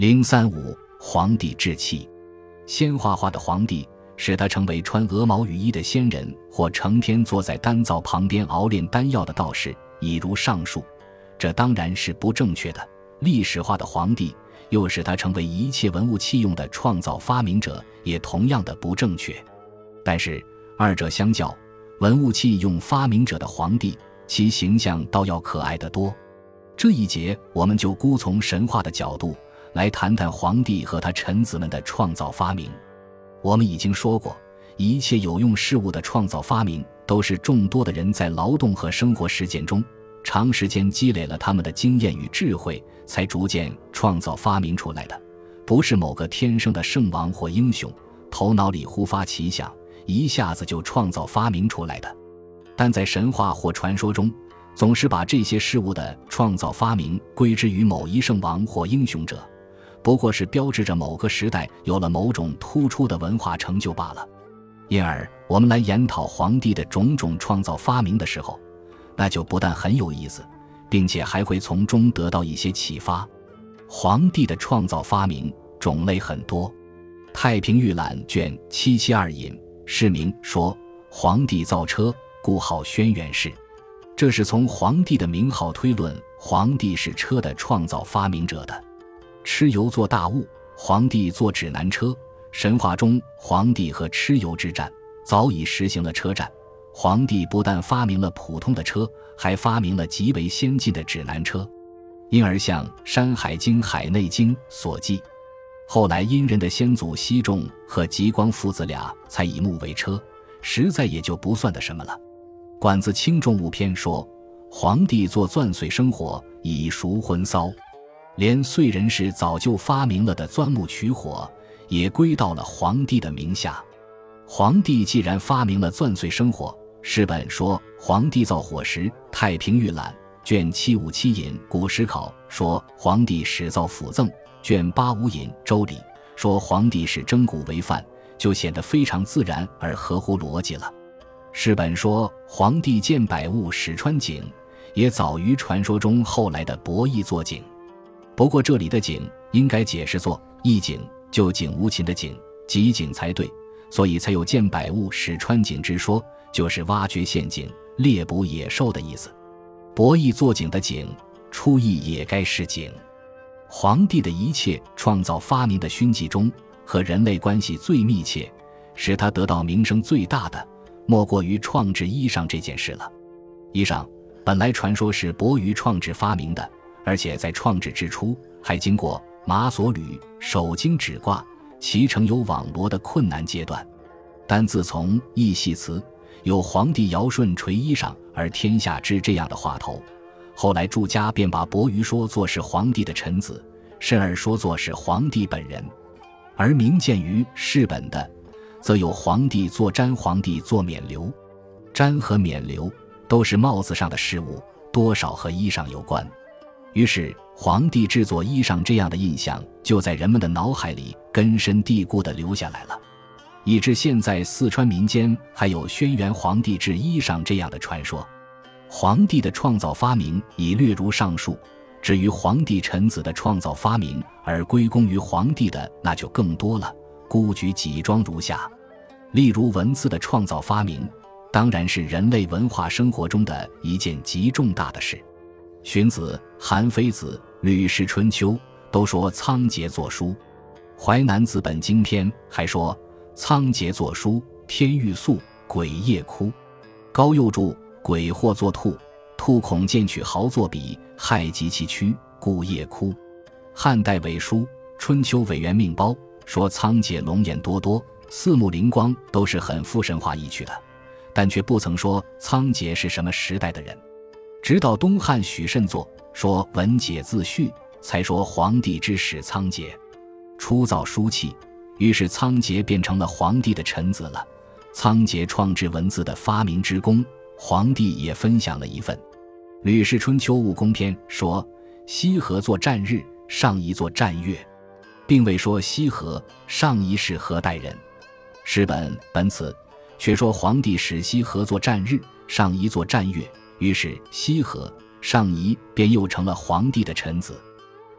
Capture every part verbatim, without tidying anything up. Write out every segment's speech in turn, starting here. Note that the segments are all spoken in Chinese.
零三五皇帝志气。仙画画的皇帝使他成为穿鹅毛羽衣的仙人，或成天坐在丹灶旁边熬炼丹药的道士，已如上述，这当然是不正确的。历史化的皇帝又使他成为一切文物器用的创造发明者，也同样的不正确。但是二者相较，文物器用发明者的皇帝，其形象倒要可爱得多。这一节我们就孤从神话的角度来谈谈皇帝和他臣子们的创造发明。我们已经说过，一切有用事物的创造发明都是众多的人在劳动和生活实践中长时间积累了他们的经验与智慧，才逐渐创造发明出来的，不是某个天生的圣王或英雄头脑里忽发奇想，一下子就创造发明出来的。但在神话或传说中，总是把这些事物的创造发明归之于某一圣王或英雄者，不过是标志着某个时代有了某种突出的文化成就罢了。因而我们来研讨皇帝的种种创造发明的时候，那就不但很有意思，并且还会从中得到一些启发。皇帝的创造发明种类很多。太平御览卷七七二引释明说，皇帝造车，故号轩辕氏。这是从皇帝的名号推论皇帝是车的创造发明者的。蚩尤做大物，皇帝做指南车。神话中皇帝和蚩尤之战早已实行了车战，皇帝不但发明了普通的车，还发明了极为先进的指南车。因而像《山海经·海内经》所记，后来殷人的先祖西仲和极光父子俩才以木为车，实在也就不算得什么了。管子轻重物篇说，皇帝做钻穗生火，以赎婚骚。连燧人氏早就发明了的钻木取火，也归到了皇帝的名下。皇帝既然发明了钻穗生火，史本说皇帝造火时，太平御览卷七五七引古史考说皇帝始造辅赠，卷八五引周礼说皇帝使蒸谷为饭，就显得非常自然而合乎逻辑了。史本说皇帝建百物始穿井，也早于传说中后来的伯益做井。不过这里的井应该解释作一井，就井无情的井，即井才对，所以才有建百物始穿井之说，就是挖掘陷阱猎捕野兽的意思。伯益做井的井，出意也该是井。皇帝的一切创造发明的勋迹中，和人类关系最密切，使他得到名声最大的，莫过于创制衣裳这件事了。衣裳本来传说是伯鱼创制发明的，而且在创制之初还经过马索履、手经指挂、其成有网罗的困难阶段。但自从义系词有皇帝尧舜垂衣裳而天下知这样的话头，后来注家便把伯鱼说作是皇帝的臣子，甚而说作是皇帝本人。而明鉴于世本的，则有皇帝做毡，皇帝做冕旒。毡和冕旒都是帽子上的事物，多少和衣裳有关。于是皇帝制作衣裳这样的印象就在人们的脑海里根深蒂固地留下来了，以致现在四川民间还有轩辕皇帝制衣裳这样的传说。皇帝的创造发明已略如上述，至于皇帝臣子的创造发明而归功于皇帝的，那就更多了，孤举几桩如下。例如文字的创造发明，当然是人类文化生活中的一件极重大的事。荀子、韩非子、吕氏春秋都说仓颉作书，淮南子本经篇还说仓颉作书，天欲肃，鬼夜哭。高诱注鬼或作兔，兔恐见取毫作笔，害及其躯，故夜哭。汉代伪书春秋委员命包说仓颉龙眼多多，四目灵光，都是很附神话意趣的，但却不曾说仓颉是什么时代的人。直到东汉许慎作说文解自序，才说皇帝之始仓颉，初造书契，于是仓颉变成了皇帝的臣子了。仓颉创制文字的发明之功，皇帝也分享了一份。吕氏春秋务公篇说羲和作战日，上仪作战月，并未说羲和、上仪是何代人。史本本此却说皇帝使羲和作战日，上仪作战月，于是羲和、上仪便又成了皇帝的臣子。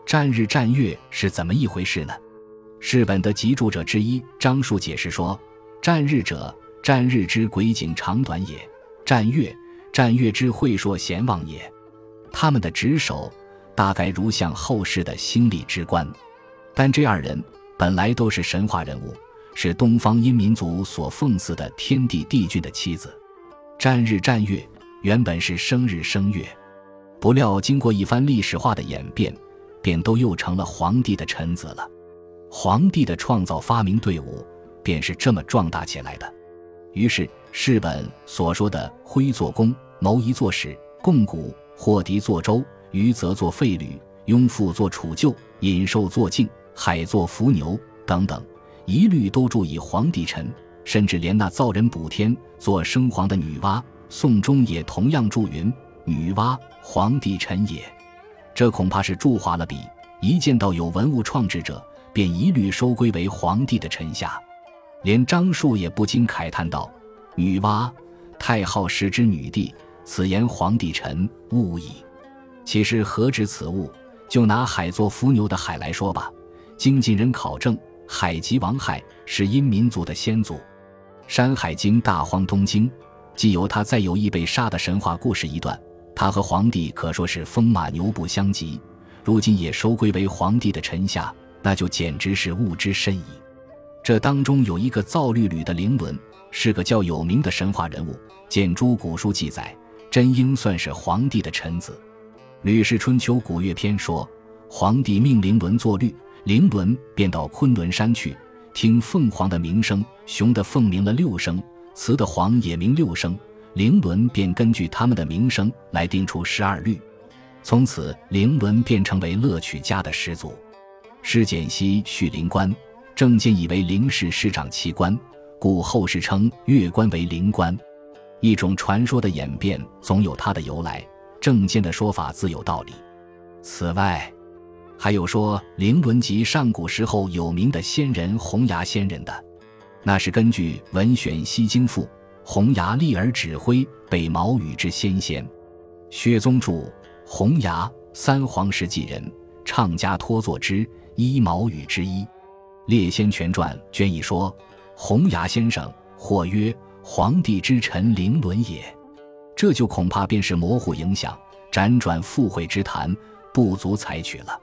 战日战月是怎么一回事呢？释本的集注者之一张述解释说，战日者，战日之轨景长短也；战月，战月之会硕贤望也。他们的职守大概如像后世的星历之官，但这二人本来都是神话人物，是东方殷民族所奉祀的天帝帝君的妻子。战日战月原本是生日生月，不料经过一番历史化的演变，便都又成了皇帝的臣子了。皇帝的创造发明队伍便是这么壮大起来的。于是释本所说的徽作弓，谋夷作史，贡鼓，霍狄作周，余则作废履，雍父作楚旧，尹寿作晋，海作伏牛等等，一律都注以皇帝臣，甚至连那造人补天做生皇的女娲，宋中也同样注云女娲皇帝臣也。这恐怕是注化了笔，一见到有文物创制者，便一律收归为皇帝的臣下。连张述也不禁慨叹道：女娲，太昊时之女帝，此言皇帝臣，误矣。其实何止此物，就拿海作伏牛的海来说吧，经晋人考证，海即王亥，是殷民族的先祖。山海经大荒东经既有他再有意被杀的神话故事一段，他和皇帝可说是风马牛不相及，如今也收归为皇帝的臣下，那就简直是误之甚矣。这当中有一个造律吕的灵伦，是个较有名的神话人物，见诸古书记载，真应算是皇帝的臣子。吕氏春秋古乐篇说，皇帝命灵伦作律，灵伦便到昆仑山去，听凤凰的鸣声，雄的凤鸣了六声，雌的凰也鸣六声，灵伦便根据他们的鸣声来定出十二律。从此灵伦便成为乐曲家的始祖。施简析续灵官，正见以为灵氏师长其官，故后世称乐官为灵官。一种传说的演变总有它的由来，正见的说法自有道理。此外还有说灵伦即上古时候有名的仙人洪崖仙人的，那是根据文选西经赋，洪崖立而指挥，被毛羽之先仙。薛宗注洪崖，三皇时纪人，唱家托作之，依毛羽之一。列仙全传卷一说，洪崖先生或曰皇帝之臣灵伦也。这就恐怕便是模糊影响，辗转附会之谈，不足采取了。